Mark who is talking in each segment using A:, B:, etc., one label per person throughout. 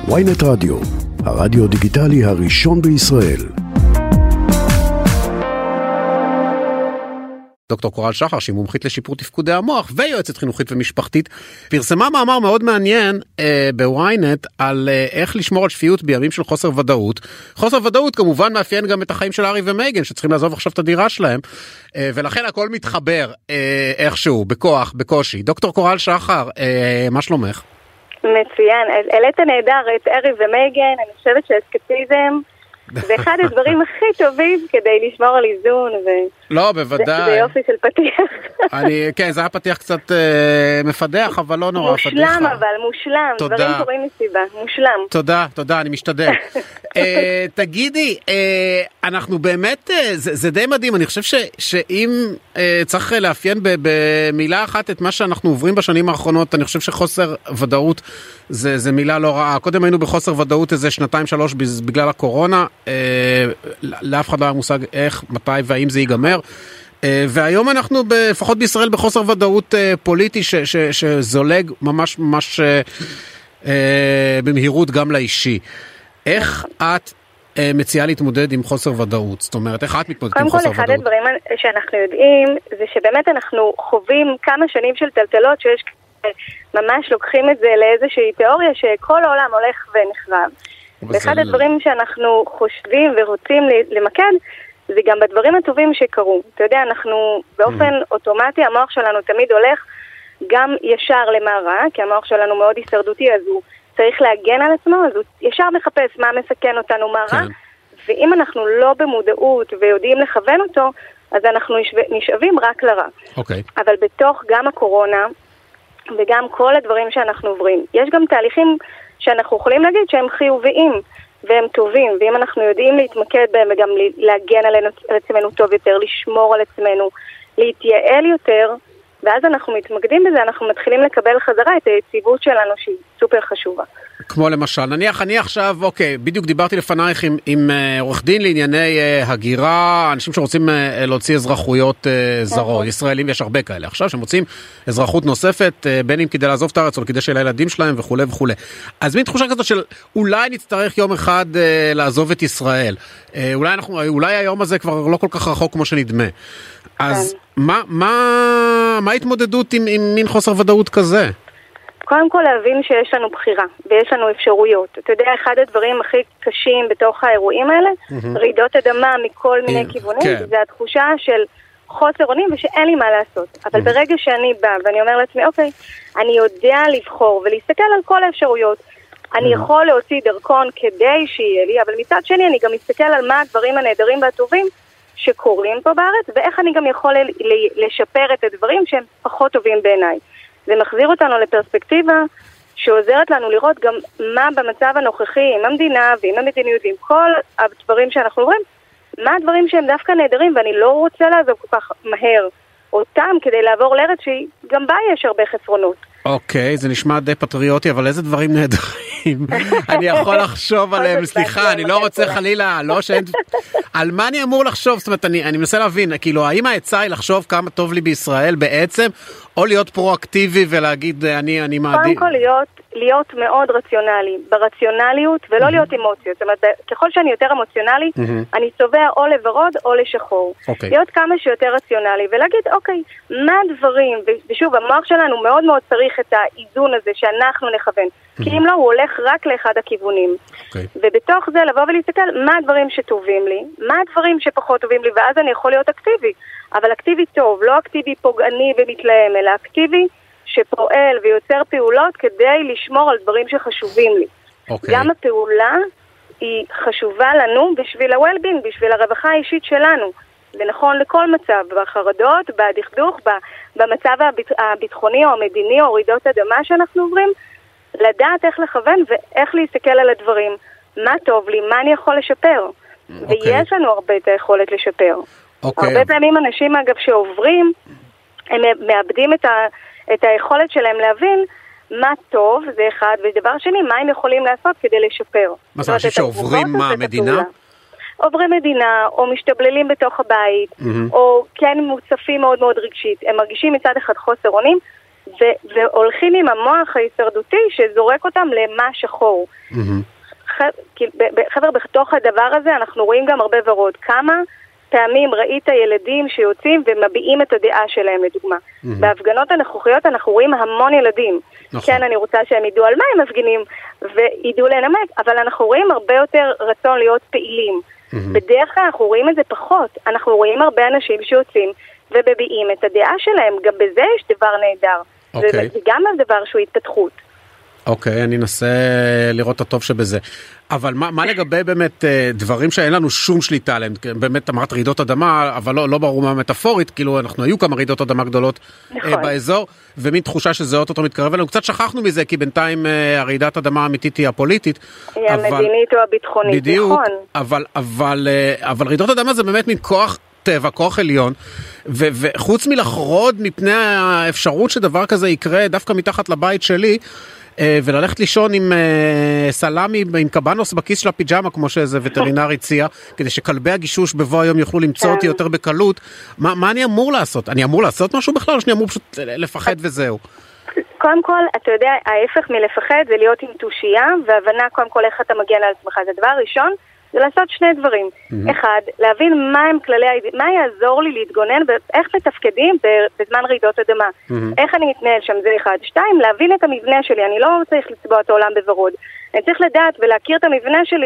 A: ynet רדיו, הרדיו דיגיטלי הראשון בישראל.
B: דוקטור קורל שחר, שהיא מומחית לשיפור תפקודי המוח ויועצת חינוכית ומשפחתית, פרסמה מאמר מאוד מעניין ב-ynet על איך לשמור על שפיות בימים של חוסר ודאות. חוסר ודאות כמובן מאפיין גם את החיים של הארי ומייגן, שצריכים לעזוב עכשיו את הדירה שלהם, ולכן הכל מתחבר איכשהו, בכוח, בקושי. דוקטור קורל שחר, מה שלומך?
C: מצוין, העלית נהדר את הארי ומייגן. אני חושבת שהאסקפיזם זה אחד הדברים הכי טובים כדי לשמור על איזון.
B: לא, בוודאי.
C: זה יופי של פתיח.
B: כן, זה היה פתיח קצת מפדח, אבל לא נורא פדיחה.
C: מושלם, אבל מושלם.
B: תודה.
C: דברים קוראים מסיבה, מושלם.
B: תודה, אני משתדל. תגידי, אנחנו באמת, זה די מדהים, אני חושב שאם צריך לאפיין במילה אחת את מה שאנחנו עוברים בשנים האחרונות, אני חושב שחוסר ודאות זה מילה לא רעה. קודם היינו בחוסר ודאות איזה 2-3 בגלל הקורונה, לאף אחד לא היה מושג איך, מתי והאם זה ייגמר, והיום אנחנו לפחות בישראל בחוסר ודאות פוליטי שזולג ממש במהירות גם לאישי. איך את מציעה להתמודד עם חוסר ודאות? זאת אומרת, איך את מתמודדת עם חוסר ודאות?
C: קודם כל, אחד הדברים שאנחנו יודעים זה שבאמת אנחנו חווים כמה שנים של טלטלות שיש ממש לוקחים את זה לאיזושהי תיאוריה שכל העולם הולך ונחרב. ואחד הדברים שאנחנו חושבים ורוצים למקד זה גם בדברים הטובים שקרו. אתה יודע, אנחנו באופן אוטומטי, המוח שלנו תמיד הולך גם ישר למערה, כי המוח שלנו מאוד הישרדותי, אז הוא צריך להגן על עצמו, אז הוא ישר מחפש מה מסכן אותנו מערה, ואם אנחנו לא במודעות ויודעים לכוון אותו, אז אנחנו נשאבים רק לרע. אבל בתוך גם הקורונה, וגם כל הדברים שאנחנו עוברים, יש גם תהליכים שאנחנו יכולים להגיד שהם חיוביים והם טובים, ואם אנחנו יודעים להתמקד בהם וגם להגן על עצמנו טוב יותר, לשמור על עצמנו, להתייעל יותר, ואז אנחנו מתמקדים בזה, אנחנו מתחילים לקבל חזרה את היציבות שלנו שהיא סופר חשובה.
B: כמו למשל, נניח אני עכשיו, בדיוק דיברתי לפנייך עם עורך דין לענייני הגירה, אנשים שרוצים להוציא אזרחויות זרות, ישראלים, יש הרבה כאלה עכשיו, שמוצאים אזרחות נוספת, בין אם כדי לעזוב את הארץ או כדי של הילדים שלהם וכו' וכו'. אז מין תחושה כזאת של אולי נצטרך יום אחד לעזוב את ישראל. אולי היום הזה כבר לא כל כך רחוק כמו שנדמה. אז מה ההתמודדות עם מין חוסר ודאות כזה?
C: קודם כל להבין שיש לנו בחירה ויש לנו אפשרויות. אתה יודע, אחד הדברים הכי קשים בתוך האירועים האלה, רעידות אדמה מכל מיני כיוונים, זה התחושה של חוסר אונים ושאין לי מה לעשות. אבל ברגע שאני באה ואני אומר לעצמי, אוקיי, אני יודע לבחור ולהסתכל על כל האפשרויות. אני יכול להוציא דרכון כדי שיהיה לי, אבל מצד שני אני גם מסתכל על מה הדברים הנהדרים והטובים שקורים פה בארץ, ואיך אני גם יכול לשפר את הדברים שהם פחות טובים בעיניי. זה מחזיר אותנו לפרספקטיבה שעוזרת לנו לראות גם מה במצב הנוכחי עם המדינה ועם המדיניות ועם כל הדברים שאנחנו רואים, מה הדברים שהם דווקא נהדרים, ואני לא רוצה לעזוב כל כך מהר אותם כדי לעבור לארץ שהיא גם בה יש הרבה חסרונות.
B: אוקיי, זה נשמע די פטריוטי, אבל איזה דברים נהדרים אני יכול לחשוב עליהם, סליחה, אני לא רוצה חלילה, לא שאין, על מה אני אמור לחשוב? זאת אומרת, אני מנסה להבין, כאילו, האם העצה היא לחשוב כמה טוב לי בישראל בעצם, או להיות פרואקטיבי ולהגיד, אני מעדיף?
C: קודם כל להיות מאוד רציונלי, ברציונליות, ולא להיות אמוציות. זאת אומרת, ככל שאני יותר אמוציונלי, אני צובע או לוורוד או לשחור. להיות כמה שיותר רציונלי, ולהגיד, אוקיי, מה הדברים, ושוב, המוח שלנו מאוד מאוד צריך את האיזון הזה שאנחנו נכוון, כי אם לא, הוא הולך רק לאחד הכיוונים. ובתוך זה לבוא ולהסתכל מה הדברים שטובים לי, מה הדברים שפחות טובים לי, ואז אני יכול להיות אקטיבי. אבל אקטיבי טוב, לא אקטיבי פוגעני ומתלהם, אלא אקטיבי שפועל ויוצר פעולות כדי לשמור על דברים שחשובים לי. גם הפעולה היא חשובה לנו בשביל ה-well-being, בשביל הרווחה האישית שלנו. זה נכון לכל מצב, בחרדות, בדכדוך, במצב הביטחוני או המדיני או רעידות אדמה שאנחנו עוברים, לדעת איך לכוון ואיך להסתכל על הדברים. מה טוב לי, מה אני יכול לשפר. ויש לנו הרבה את היכולת לשפר. הרבה פעמים אנשים אגב שעוברים, הם מאבדים את היכולת שלהם להבין מה טוב, זה אחד, ודבר שני, מה הם יכולים לעשות כדי לשפר.
B: מה זה אנשים שעוברים מה, מדינה?
C: עוברי מדינה, או משתבללים בתוך הבית, או כן מוצפים מאוד מאוד רגשית. הם מרגישים מצד אחד חוסר אונים, והולכים עם המוח ההישרדותי שזורק אותם למה שחור. חבר'ה, בתוך הדבר הזה אנחנו רואים גם הרבה ורוד. כמה פעמים ראית ילדים שיוצאים ומביעים את הדעה שלהם, לדוגמה. בהפגנות הנוכחיות אנחנו רואים המון ילדים. כן, אני רוצה שהם ידעו על מה הם מפגינים וידעו לנמק, אבל אנחנו רואים הרבה יותר רצון להיות פעילים. בדרך כלל אנחנו רואים את זה פחות. אנחנו רואים הרבה אנשים שיוצאים ובביעים את הדעה שלהם. גם בזה יש דבר נהדר. זה גם דבר שהוא התפתחות.
B: אוקיי, אני אנסה לראות את הטוב שבזה. אבל מה לגבי באמת דברים שאין לנו שום שליטה עליהם? באמת אמרת רעידות אדמה, אבל לא ברור מה מטאפורית, כאילו אנחנו היו כמה רעידות אדמה גדולות באזור, ומין תחושה שזה אותו מתקרב אלינו. קצת שכחנו מזה, כי בינתיים הרעידת אדמה האמיתית היא הפוליטית.
C: היא המדינית או הביטחונית,
B: בדיוק, אבל רעידות אדמה זה באמת מין כוח טבע, כוח עליון, וחוץ מלחרוד מפני האפשרות שדבר כזה יקרה דווקא מתחת לבית שלי, וללכת לישון עם סלמי, עם קבנוס בכיס של הפיג'מה, כמו שאיזה וטרינר הציע, כדי שכלבי הגישוש בבוא היום יוכלו למצוא אותי יותר בקלות. מה אני אמור לעשות? אני אמור לעשות משהו בכלל, או שאני אמור פשוט לפחד וזהו?
C: קודם כל, אתה יודע, ההפך מלפחד זה להיות עם תושייה, והבנה קודם כל איך אתה מגיע לעצמך. זה דבר ראשון, זה לעשות שני דברים. אחד, להבין מה הם כללי, מה יעזור לי להתגונן, ואיך מתפקדים בזמן רעידות אדמה. איך אני מתנהל שם, זה אחד. שתיים, להבין את המבנה שלי. אני לא צריך לצבוע את העולם בוורוד. אני צריך לדעת ולהכיר את המבנה שלי,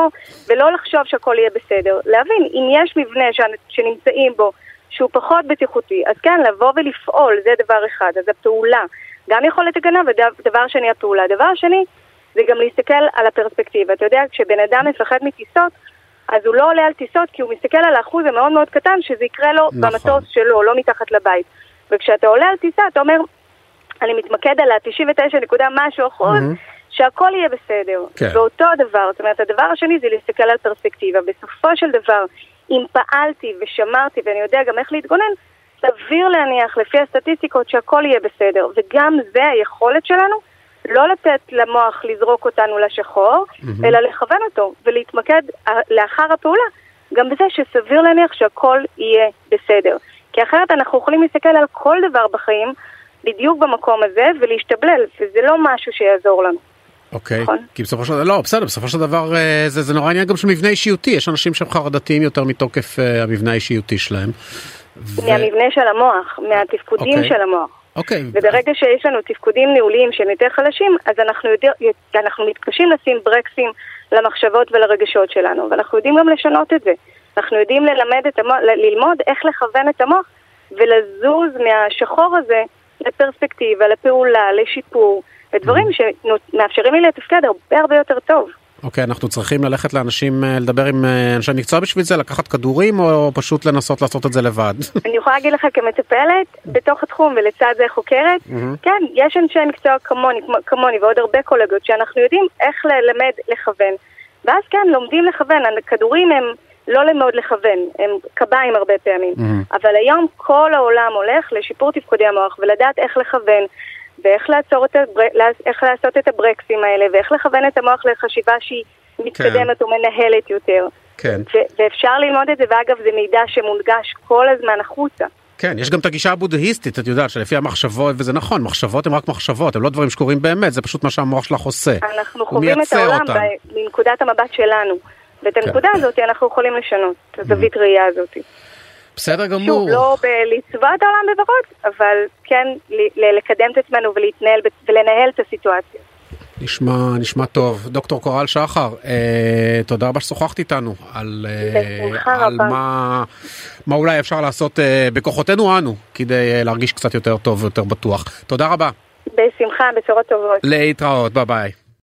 C: ולא לחשוב שהכל יהיה בסדר. להבין, אם יש מבנה שנמצאים בו, שהוא פחות בטיחותי, אז כן, לבוא ולפעול, זה דבר אחד. אז הפעולה, גם יכולת הגנה, ודבר שני הפעולה. דבר שני, זה גם להסתכל על הפרספקטיבה. אתה יודע, כשבן אדם מפחד מטיסות, אז הוא לא עולה על טיסות, כי הוא מסתכל על האחוז המאוד מאוד קטן, שזה יקרה לו במטוס שלו, לא מתחת לבית. וכשאתה עולה על טיסה, אתה אומר, אני מתמקד על ה-99.משהו%, שהכל יהיה בסדר. כן. ואותו דבר, זאת אומרת, הדבר השני זה להסתכל על פרספקטיבה. בסופו של דבר, אם פעלתי ושמרתי, ואני יודע גם איך להתגונן, סביר להניח לפי הסטטיסטיקות שהכל יהיה בסדר. וגם זה היכולת שלנו, לא לתת למוח לזרוק אותנו לשחור, אלא לכוון אותו ולהתמקד לאחר הפעולה, גם בזה שסביר להניח שהכל יהיה בסדר. כי אחרת אנחנו יכולים להסתכל על כל דבר בחיים, בדיוק במקום הזה, ולהשתבלל, וזה לא משהו שיעזור לנו.
B: אוקיי, כי בסופו של דבר, לא, בסדר, בסופו של דבר זה נורא עניין גם של מבנה אישיותי, יש אנשים שהם חרדתיים יותר מתוקף המבנה האישיותי שלהם.
C: מהמבנה של המוח, מהתפקודים של המוח. וברגע שיש לנו תפקודים ניהוליים שהם יותר חלשים, אז אנחנו מתקשים לשים ברקסים למחשבות ולרגשות שלנו, ואנחנו יודעים גם לשנות את זה. אנחנו יודעים ללמוד איך לכוון את המוח, ולזוז מהשחור הזה לפרספקטיבה, לפעולה, לשיפור, ודברים שמאפשרים לי לתפקד הרבה יותר טוב.
B: אוקיי, אנחנו צריכים ללכת לאנשים, לדבר עם אנשי מקצוע בשביל זה, לקחת כדורים, או פשוט לנסות לעשות את זה לבד?
C: אני יכולה להגיד לך כמטפלת, בתוך התחום ולצד זה חוקרת, כן, יש אנשי מקצוע כמוני ועוד הרבה קולגות, שאנחנו יודעים איך ללמד לכוון. ואז כן, לומדים לכוון, הכדורים הם לא ללמוד לכוון, הם קביים הרבה פעמים. אבל היום כל העולם הולך לשיפור תפקודי המוח, ולדעת איך לכוון, ואיך איך לעשות את הברקסים האלה, ואיך לכוון את המוח לחשיבה שהיא מתקדמת ומנהלת יותר.
B: כן.
C: ואפשר ללמוד את זה, ואגב זה מידע שמונגש כל הזמן החוצה.
B: כן, יש גם את הגישה הבודהיסטית, את יודעת, שלפי המחשבות, וזה נכון, מחשבות הן רק מחשבות, הן לא דברים שקורים באמת, זה פשוט מה שהמוח שלך עושה.
C: אנחנו חווים את העולם מנקודת המבט שלנו, ואת הנקודה הזאת אנחנו יכולים לשנות, את הזווית ראייה הזאת.
B: בסדר גמור.
C: שוב, לא לצבוע את העולם בוורוד, אבל כן לקדם את עצמנו ולנהל את הסיטואציה.
B: נשמע טוב. דוקטור קורל שחר, תודה רבה ששוחחת איתנו על מה אולי אפשר לעשות בכוחותינו אנו, כדי להרגיש קצת יותר טוב ויותר בטוח. תודה רבה.
C: בשמחה, בשורות טובות.
B: להתראות, ביי ביי.